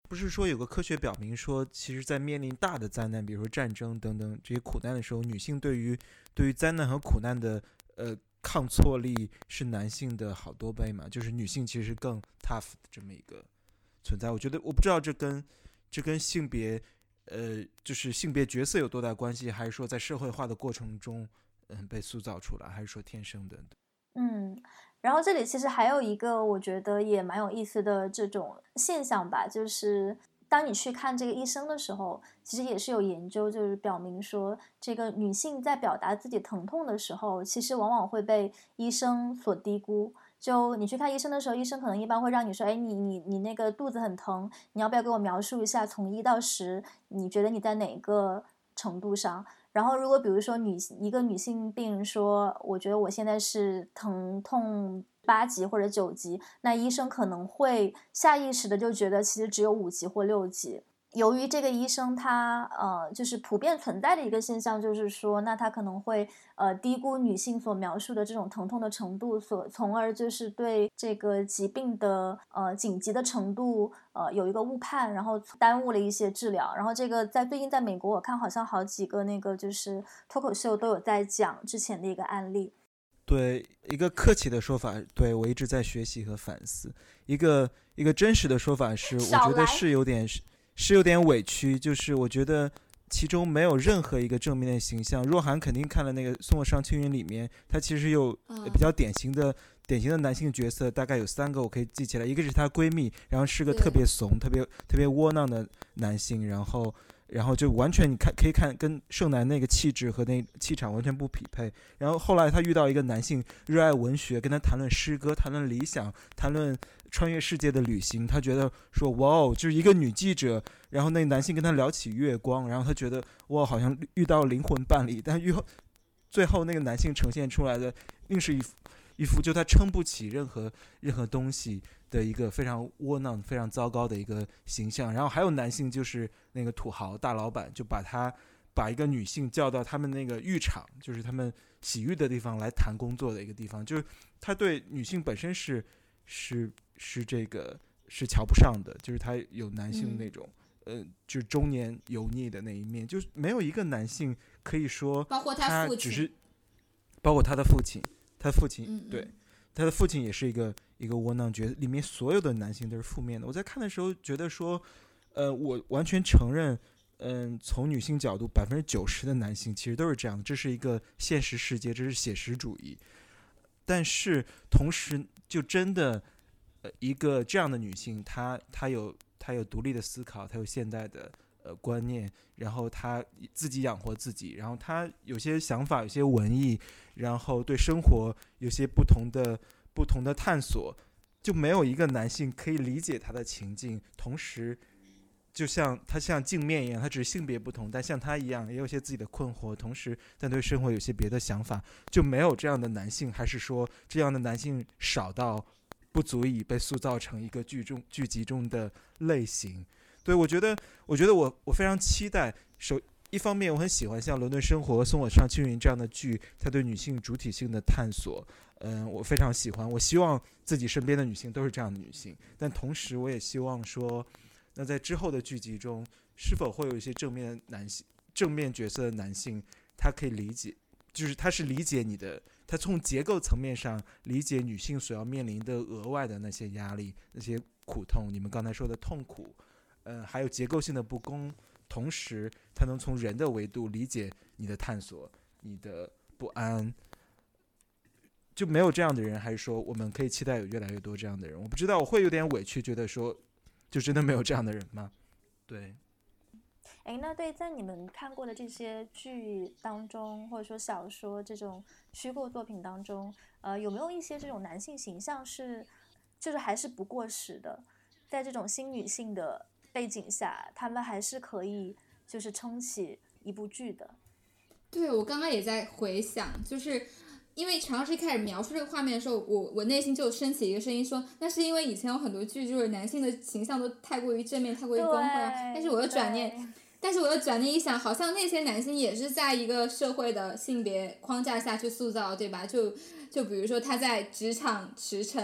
不是说有个科学表明说，其实在面临大的灾难，比如说战争等等这些苦难的时候，女性对于灾难和苦难的抗挫力是男性的好多倍嘛，就是女性其实是更 tough 的这么一个存在。我觉得我不知道这跟性别就是性别角色有多大关系，还是说在社会化的过程中被塑造出来，还是说天生的。 然后这里其实还有一个我觉得也蛮有意思的这种现象吧，就是当你去看这个医生的时候，其实也是有研究就是表明说，这个女性在表达自己疼痛的时候，其实往往会被医生所低估。就你去看医生的时候，医生可能一般会让你说，哎，你那个肚子很疼，你要不要给我描述一下从1到10，你觉得你在哪个程度上？然后如果比如说一个女性病人说，我觉得我现在是疼痛8级或者9级，那医生可能会下意识的就觉得其实只有5级或6级。由于这个医生他就是普遍存在的一个现象，就是说那他可能会低估女性所描述的这种疼痛的程度，从而就是对这个疾病的紧急的程度有一个误判，然后耽误了一些治疗。然后这个最近在美国我看好像好几个那个就是脱口秀都有在讲之前的一个案例。 对，一个客气的说法，对，我一直在学习和反思。一个真实的说法是，我觉得是有点委屈，就是我觉得其中没有任何一个正面的形象。若涵肯定看了那个《送我上青云》里面，他其实有比较典型的男性角色，大概有3个我可以记起来。一个是她闺蜜，然后是个特别怂、特别窝囊的男性，然后就完全你可以看跟盛楠那个气质和那气场完全不匹配。然后后来他遇到一个男性热爱文学，跟他谈论诗歌，谈论理想，谈论穿越世界的旅行，他觉得说哇哦，就是一个女记者，然后那个男性跟他聊起月光，然后他觉得哇好像遇到灵魂伴侣，但最后那个男性呈现出来的另是一副就他撑不起任何东西的一个非常窝囊非常糟糕的一个形象。然后还有男性就是那个土豪大老板，就把一个女性叫到他们那个浴场，就是他们洗浴的地方来谈工作的一个地方，就是他对女性本身是这个是瞧不上的，就是他有男性那种就是中年油腻的那一面，就是没有一个男性可以说包括他父亲， 只是包括他的父亲，对，他的父亲也是一个窝囊角色，里面所有的男性都是负面的。我在看的时候觉得说我完全承认从女性角度90%的男性其实都是这样，这是一个现实世界，这是写实主义。但是同时就真的一个这样的女性，她有独立的思考，她有现代的观念，然后她自己养活自己，然后她有些想法，有些文艺，然后对生活有些不同的探索，就没有一个男性可以理解她的情境，同时就像他像镜面一样，他只是性别不同，但像他一样也有些自己的困惑，同时但对生活有些别的想法，就没有这样的男性，还是说这样的男性少到不足以被塑造成一个剧集中的类型？对，我觉得我非常期待。一方面我很喜欢像《伦敦生活》《送我上青云》这样的剧，它对女性主体性的探索，我非常喜欢。我希望自己身边的女性都是这样的女性，但同时我也希望说，那在之后的剧集中，是否会有一些正面角色的男性，他可以理解，就是他是理解你的，他从结构层面上理解女性所要面临的额外的那些压力、那些苦痛，你们刚才说的痛苦，还有结构性的不公，同时他能从人的维度理解你的探索、你的不安。就没有这样的人，还是说我们可以期待有越来越多这样的人？我不知道，我会有点委屈，觉得说就真的没有这样的人吗？对。 那对，在你们看过的这些剧当中，或者说小说这种虚构作品当中，有没有一些这种男性形象就是还是不过时的，在这种新女性的背景下，他们还是可以就是撑起一部剧的？ 对，我刚刚也在回想，就是因为常常是一开始描述这个画面的时候，我内心就升起一个声音说，那是因为以前有很多剧就是男性的形象都太过于正面，太过于光辉，但是我又转念一想，好像那些男性也是在一个社会的性别框架下去塑造，对吧？就比如说他在职场驰骋，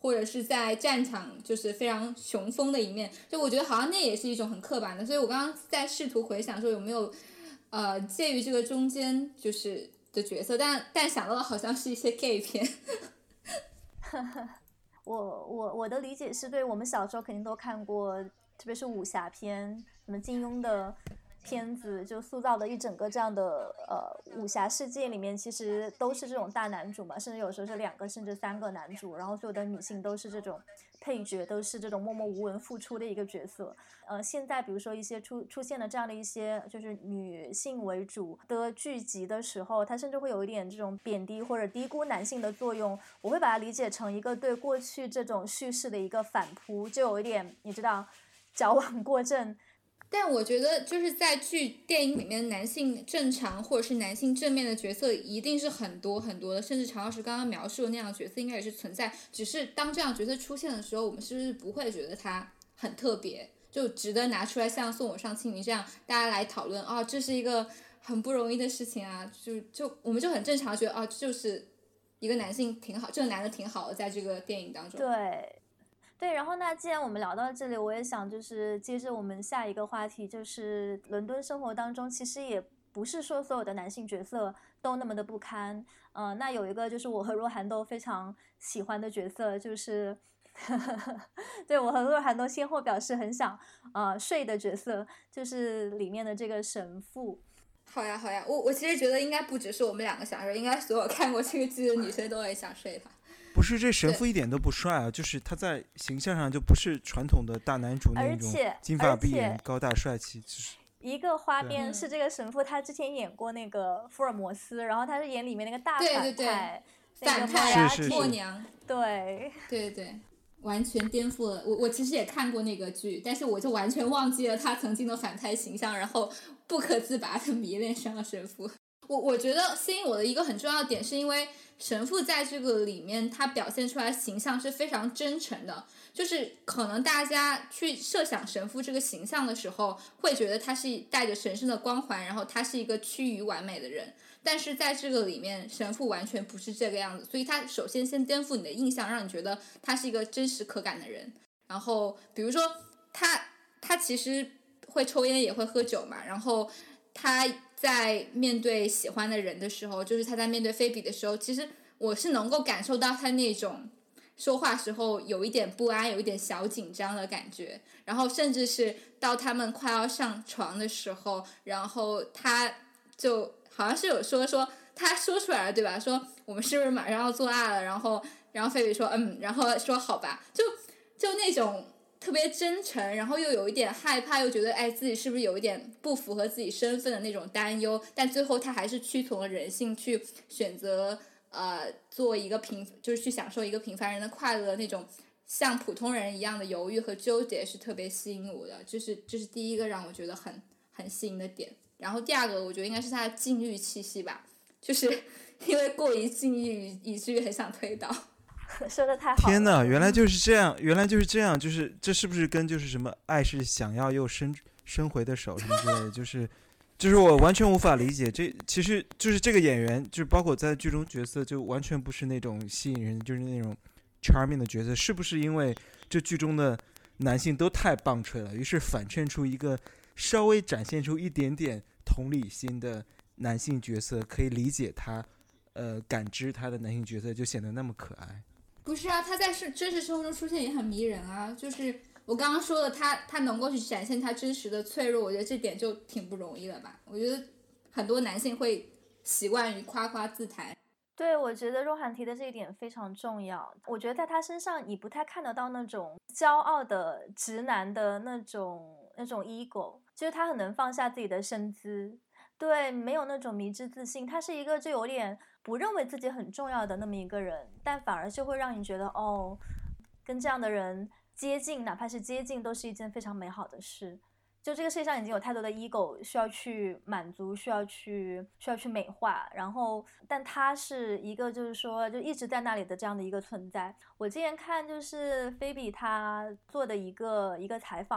或者是在战场就是非常雄风的一面，就我觉得好像那也是一种很刻板的，所以我刚刚在试图回想说有没有介于这个中间就是的角色，但想到的好像是一些 gay 片。 我的理解是，对，我们小时候肯定都看过，特别是武侠片，什么金庸的片子，就塑造的一整个这样的武侠世界里面，其实都是这种大男主嘛，甚至有时候是2个甚至3个男主，然后所有的女性都是这种配角，都是这种默默无闻付出的一个角色。现在比如说一些出现了这样的一些就是女性为主的剧集的时候，它甚至会有一点这种贬低或者低估男性的作用，我会把它理解成一个对过去这种叙事的一个反扑，就有一点你知道矫枉过正。 但我觉得就是在电影里面男性正常或者是男性正面的角色一定是很多很多的，甚至常老师刚刚描述的那样的角色应该也是存在，只是当这样的角色出现的时候，我们是不是不会觉得他很特别，就值得拿出来像送我上青云这样大家来讨论这是一个很不容易的事情啊，就我们就很正常觉得就是一个男性挺好，这个男的挺好的在这个电影当中。 对，然后那既然我们聊到这里，我也想就是接着我们下一个话题，就是伦敦生活当中其实也不是说所有的男性角色都那么的不堪。那有一个就是我和若涵都非常喜欢的角色，就是对，我和若涵都先后表示很想睡的角色，就是里面的这个神父。 好呀，我其实觉得应该不只是我们2个想睡，应该所有看过这个剧的女生都会想睡他。 不是，这神父一点都不帅啊，就是他在形象上就不是传统的大男主那种金发碧眼高大帅气。就是一个花边是这个神父他之前演过那个福尔摩斯，然后他是演里面那个大反派， 对， 反派默娘。 对， 完全颠覆了我其实也看过那个剧，但是我就完全忘记了他曾经的反派形象，然后不可自拔的迷恋上了神父。我觉得吸引我的一个很重要的点是因为神父在这个里面他表现出来的形象是非常真诚的，就是可能大家去设想神父这个形象的时候会觉得他是带着神圣的光环，然后他是一个趋于完美的人，但是在这个里面神父完全不是这个样子，所以他首先颠覆你的印象，让你觉得他是一个真实可感的人。然后比如说他其实会抽烟也会喝酒嘛，然后他在面对喜欢的人的时候，就是他在面对菲比的时候，其实我是能够感受到他那种说话时候有一点不安，有一点小紧张的感觉，然后甚至是到他们快要上床的时候，然后他就好像是有说他说出来了对吧，说我们是不是马上要做爱了，然后菲比说然后说好吧，就那种特别真诚，然后又有一点害怕，又觉得自己是不是有一点不符合自己身份的那种担忧，但最后他还是屈从了人性，去选择做一个就是去享受一个平凡人的快乐，那种像普通人一样的犹豫和纠结是特别吸引我的，这是第一个让我觉得很吸引的点。然后第二个我觉得应该是他的禁欲气息吧，就是因为过于禁欲以至于很想推倒。 说的太好了！ 天哪，原来就是这样，就是这是不是跟就是什么爱是想要又伸回的手什么之类的，就是我完全无法理解。这其实就是这个演员，就是包括在剧中角色，就完全不是那种吸引人，就是那种 charming 的角色。是不是因为这剧中的男性都太棒槌了，于是反衬出一个稍微展现出一点点同理心的男性角色，可以理解他，感知他的男性角色就显得那么可爱。 不是啊，他在真实生活中出现也很迷人啊，就是我刚刚说的他能够去展现他真实的脆弱，我觉得这点就挺不容易了吧。我觉得很多男性会习惯于夸夸自谈。 对，我觉得若涵提的这一点非常重要。我觉得在他身上你不太看得到那种骄傲的直男的那种 ego， 就是他很能放下自己的身姿，对，没有那种迷之自信，他是一个就有点不认为自己很重要的那么一个人，但反而就会让你觉得跟这样的人接近，哪怕是接近都是一件非常美好的事。就这个世界上已经有太多的 ego 需要去满足，需要去美化，然后但他是一个就是说就一直在那里的这样的一个存在。我之前看就是菲比他做的一个采访，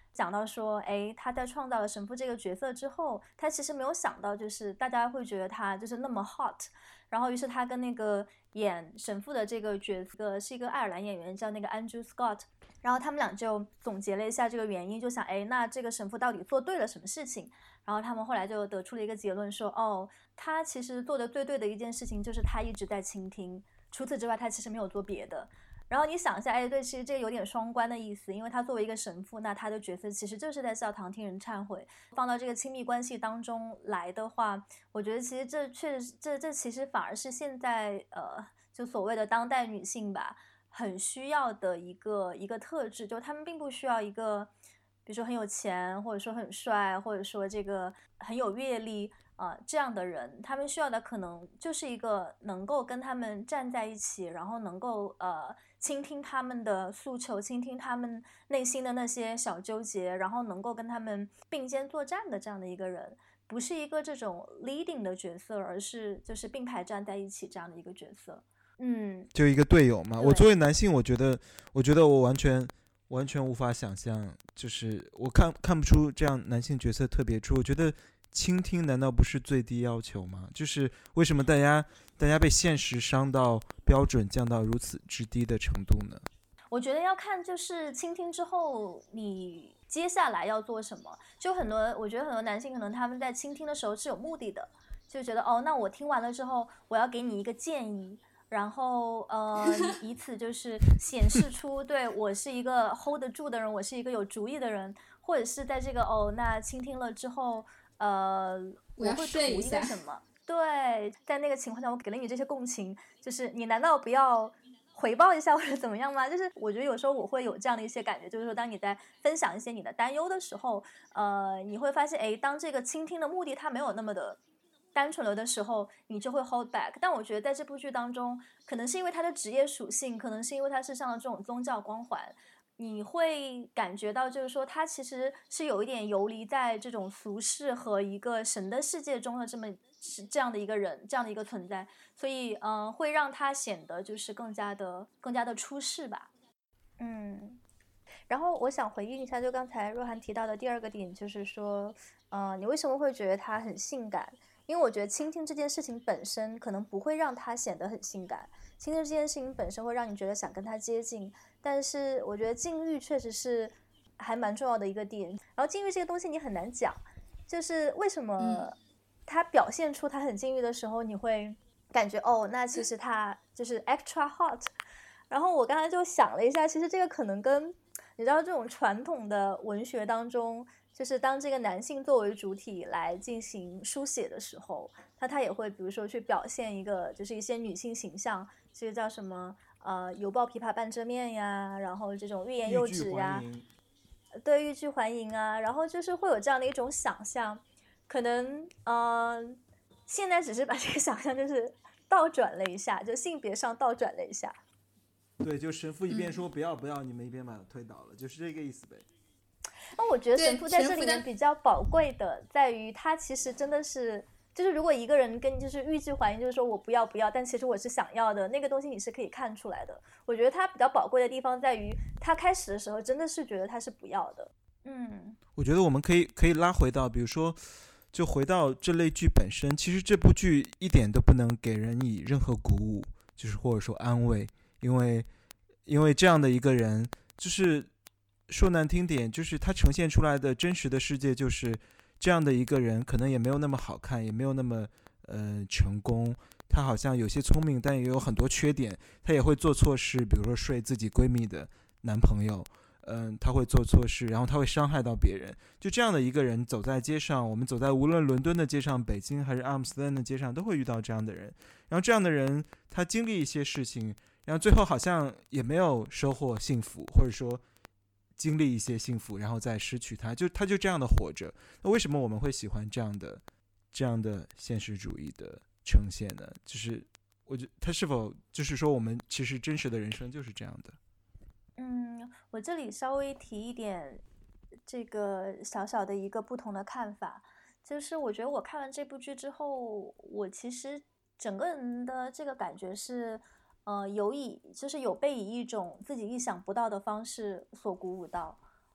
讲到说，哎，他在创造了神父这个角色之后，他其实没有想到，就是大家会觉得他就是那么 hot， 然后于是他跟那个演神父的这个角色是一个爱尔兰演员，叫那个 Andrew Scott， 然后他们俩就总结了一下这个原因，就想，哎，那这个神父到底做对了什么事情？然后他们后来就得出了一个结论说，哦，他其实做的最对的一件事情就是他一直在倾听，除此之外他其实没有做别的。然后你想一下，哎，对，其实这个有点双关的意思，因为他作为一个神父，那他的角色其实就是在教堂听人忏悔。放到这个亲密关系当中来的话，我觉得其实这确实，这其实反而是现在就所谓的当代女性吧，很需要的一个特质，就他们并不需要一个，比如说很有钱，或者说很帅，或者说这个很有阅历。这样的人，他们需要的可能就是一个能够跟他们站在一起，然后能够倾听他们的诉求，倾听他们内心的那些小纠结，然后能够跟他们并肩作战的这样的一个人，不是一个这种 leading 的角色，而是就是并排站在一起这样的一个角色。 就一个队友嘛。 对， 我作为男性，我觉得我完全无法想象，就是我看不出这样男性角色特别出。我觉得倾听难道不是最低要求吗？就是为什么大家被现实伤到标准降到如此之低的程度呢？ 我觉得要看就是倾听之后你接下来要做什么。就我觉得很多男性可能他们在倾听的时候是有目的的，就觉得哦，那我听完了之后我要给你一个建议，然后以此就是显示出对我是一个 hold 得住的人，我是一个有主意的人，或者是在这个那倾听了之后我会图一个什么？对，在那个情况下我给了你这些共情，就是你难道不要回报一下或者怎么样吗？就是我觉得有时候我会有这样的一些感觉，就是说当你在分享一些你的担忧的时候，你会发现，哎，当这个倾听的目的它没有那么的单纯了的时候，你就会 hold back。但我觉得在这部剧当中，可能是因为它的职业属性，可能是因为它身上的这种宗教光环，你会感觉到就是说它其实是有一点游离在这种俗世和一个神的世界中的这样的一个人，这样的一个存在，所以会让他显得就是更加的出世吧。然后我想回应一下，就刚才若涵提到的第二个点，就是说你为什么会觉得他很性感？因为我觉得倾听这件事情本身可能不会让他显得很性感，倾听这件事情本身会让你觉得想跟他接近，但是我觉得禁欲确实是还蛮重要的一个点。然后禁欲这个东西你很难讲，就是为什么他表现出他很禁欲的时候，你会感觉那其实他就是 extra hot。然后我刚才就想了一下，其实这个可能跟你知道这种传统的文学当中，就是当这个男性作为主体来进行书写的时候，他也会比如说去表现一个就是一些女性形象，这个叫什么犹抱琵琶半遮面呀，然后这种欲言又止呀，对，欲拒还迎啊，然后就是会有这样的一种想象。可能现在只是把这个想象就是倒转了一下，就性别上倒转了一下。 对，就神父一边说不要不要，你们一边把他推倒了，就是这个意思呗。 那我觉得神父在这里面比较宝贵的在于，他其实真的是，就是如果一个人跟就是欲拒还迎，就是说我不要不要，但其实我是想要的那个东西，你是可以看出来的。我觉得他比较宝贵的地方在于，他开始的时候真的是觉得他是不要的。 我觉得我们可以拉回到，比如说，就回到这类剧本身，其实这部剧一点都不能给人以任何鼓舞，就是或者说安慰。因为这样的一个人，就是说难听点，就是他呈现出来的真实的世界就是这样的一个人，可能也没有那么好看，也没有那么成功。他好像有些聪明，但也有很多缺点。他也会做错事，比如说睡自己闺蜜的男朋友，他会做错事，然后他会伤害到别人。就这样的一个人走在街上，我们走在无论伦敦的街上、北京还是阿姆斯特丹的街上，都会遇到这样的人。然后这样的人，他经历一些事情。然后最后好像也没有收获幸福，或者说经历一些幸福，然后再失去它，他就这样的活着。那为什么我们会喜欢这样的现实主义的呈现呢？就是我觉得他是否就是说我们其实真实的人生就是这样的？ 我这里稍微提一点这个小小的一个不同的看法，就是我觉得我看完这部剧之后，我其实整个人的这个感觉是。就是有被以一种自己意想不到的方式所鼓舞到，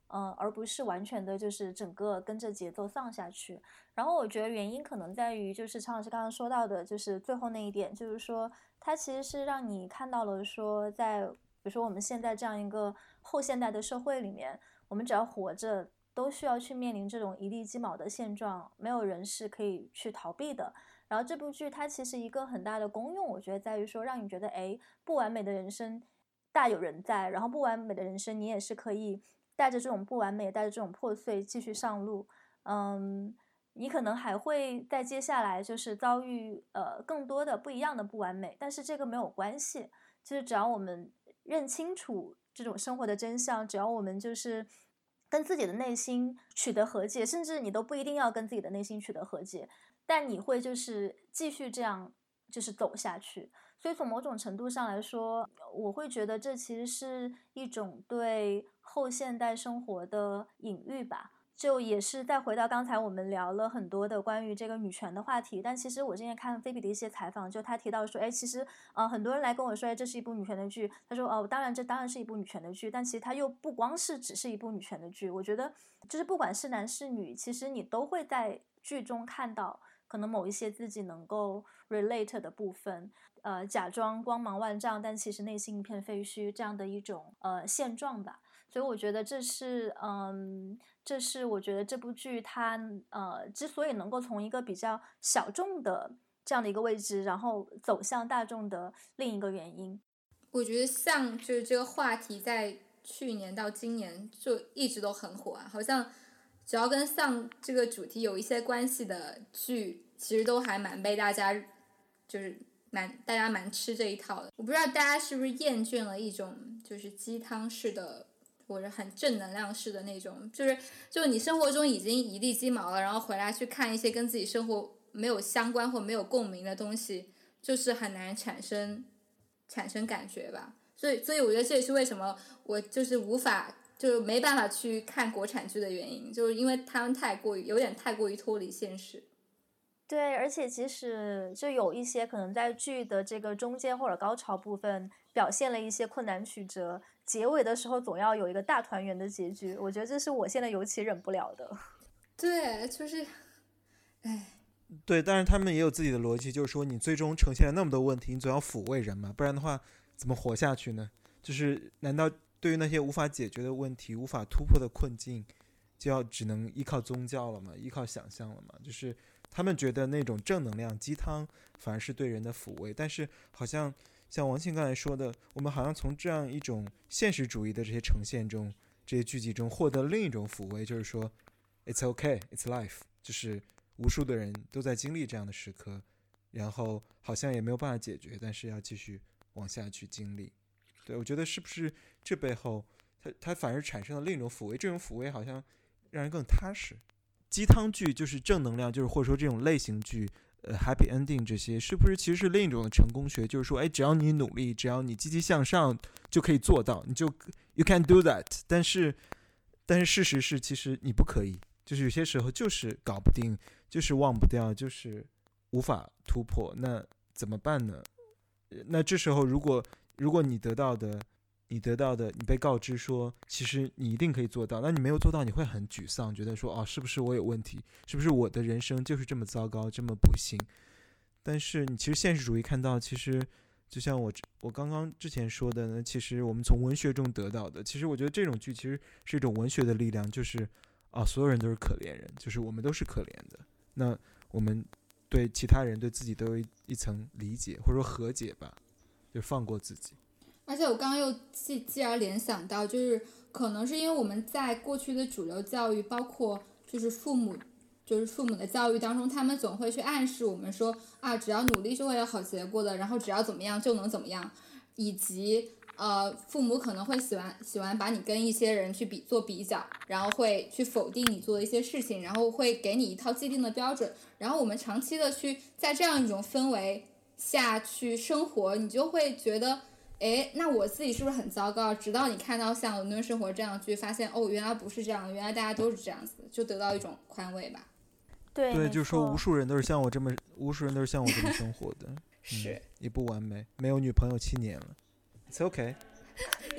而不是完全的就是整个跟着节奏丧下去。然后我觉得原因可能在于就是常老师刚刚说到的，就是最后那一点，就是说它其实是让你看到了说在比如说我们现在这样一个后现代的社会里面，我们只要活着都需要去面临这种一地鸡毛的现状，没有人是可以去逃避的。然后这部剧它其实一个很大的功用，我觉得在于说让你觉得，哎，不完美的人生大有人在，然后不完美的人生你也是可以带着这种不完美，带着这种破碎继续上路。你可能还会在接下来就是遭遇更多的不一样的不完美，但是这个没有关系，就是只要我们认清楚这种生活的真相，只要我们就是跟自己的内心取得和解，甚至你都不一定要跟自己的内心取得和解，但你会就是继续这样就是走下去。所以从某种程度上来说，我会觉得这其实是一种对后现代生活的隐喻吧。就也是再回到刚才我们聊了很多的关于这个女权的话题，但其实我之前看菲比的一些采访，就她提到说，哎，其实很多人来跟我说，哎，这是一部女权的剧，她说哦，当然这当然是一部女权的剧，但其实它又不光是只是一部女权的剧。我觉得就是不管是男是女，其实你都会在剧中看到可能某一些自己能够 relate 的部分，假装光芒万丈，但其实内心一片废墟这样的一种现状吧。所以我觉得这是我觉得这部剧它之所以能够从一个比较小众的这样的一个位置，然后走向大众的另一个原因。 我觉得像就是这个话题在去年到今年就一直都很火啊，好像只要跟丧这个主题有一些关系的剧，其实都还蛮被大家就是大家蛮吃这一套的。我不知道大家是不是厌倦了一种就是鸡汤式的或者很正能量式的那种，就是你生活中已经一地鸡毛了，然后回来去看一些跟自己生活没有相关或没有共鸣的东西，就是很难产生感觉吧。所以我觉得这也是为什么我就是没办法去看国产剧的原因，就是因为他们有点太过于脱离现实。 对，而且即使就有一些可能在剧的这个中间或者高潮部分表现了一些困难曲折，结尾的时候总要有一个大团圆的结局，我觉得这是我现在尤其忍不了的。 对，就是对，但是他们也有自己的逻辑，就是说你最终呈现了那么多问题，你总要抚慰人嘛，不然的话怎么活下去呢？就是难道对于那些无法解决的问题，无法突破的困境，就要只能依靠宗教了吗？依靠想象了吗？就是他们觉得那种正能量鸡汤反而是对人的抚慰，但是好像王庆刚才说的，我们好像从这样一种现实主义的这些呈现中，这些剧集中获得另一种抚慰，就是说 it's okay, it's life， 就是无数的人都在经历这样的时刻，然后好像也没有办法解决，但是要继续往下去经历。对，我觉得是不是这背后它反而产生了另一种抚慰，这种抚慰好像让人更踏实。鸡汤剧就是正能量，就是或者说这种类型剧happy ending 这些是不是其实是另一种的成功学，就是说只要你努力，只要你积极向上就可以做到，你就 you can do that， 但是事实是其实你不可以，就是有些时候就是搞不定，就是忘不掉，就是无法突破，那怎么办呢？那这时候如果你得到的你被告知说其实你一定可以做到，那你没有做到，你会很沮丧，觉得说是不是我有问题，是不是我的人生就是这么糟糕，这么不幸。但是你其实现实主义看到，其实就像我刚刚之前说的呢，其实我们从文学中得到的，其实我觉得这种剧其实是一种文学的力量，就是所有人都是可怜人，就是我们都是可怜的，那我们对其他人对自己都有一层理解或者说和解吧，就放过自己。 而且我刚刚又继而联想到，就是可能是因为我们在过去的主流教育，包括就是父母的教育当中，他们总会去暗示我们说只要努力就会有好结果的，然后只要怎么样就能怎么样，以及父母可能会喜欢把你跟一些人去做比较，然后会去否定你做的一些事情，然后会给你一套既定的标准，然后我们长期的去在这样一种氛围下去生活，你就会觉得那我自己是不是很糟糕？直到你看到像《伦敦生活》这样的剧，发现原来不是这样，原来大家都是这样子，就得到一种宽慰吧。 对， 就是说无数人都是像我这么生活的， 是也不完美，没有女朋友7年了 ，It's okay。 你为什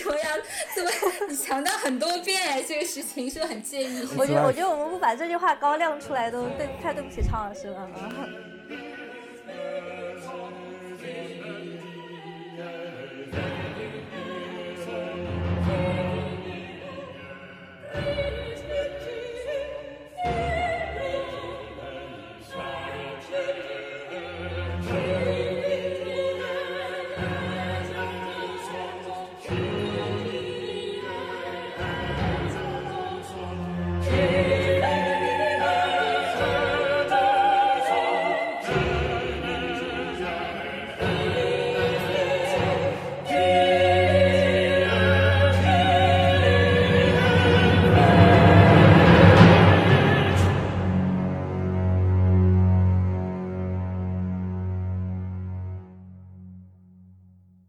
么要这么你强调很多遍这个事情，是不是很介意？ 我觉得我们不把这句话高亮出来都太对不起苍老师了。